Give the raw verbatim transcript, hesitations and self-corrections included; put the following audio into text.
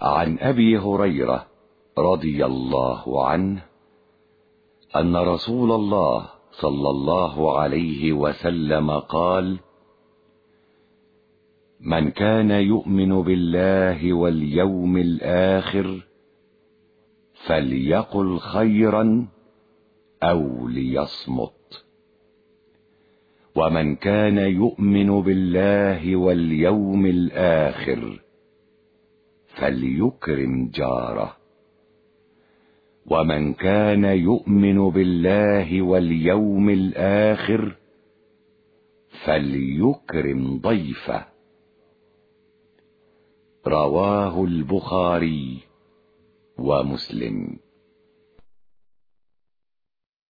عن أبي هريرة رضي الله عنه أن رسول الله صلى الله عليه وسلم قال: من كان يؤمن بالله واليوم الآخر فليقل خيرا أو ليصمت، ومن كان يؤمن بالله واليوم الآخر فليكرم جاره، ومن كان يؤمن بالله واليوم الآخر فليكرم ضيفه. رواه البخاري ومسلم.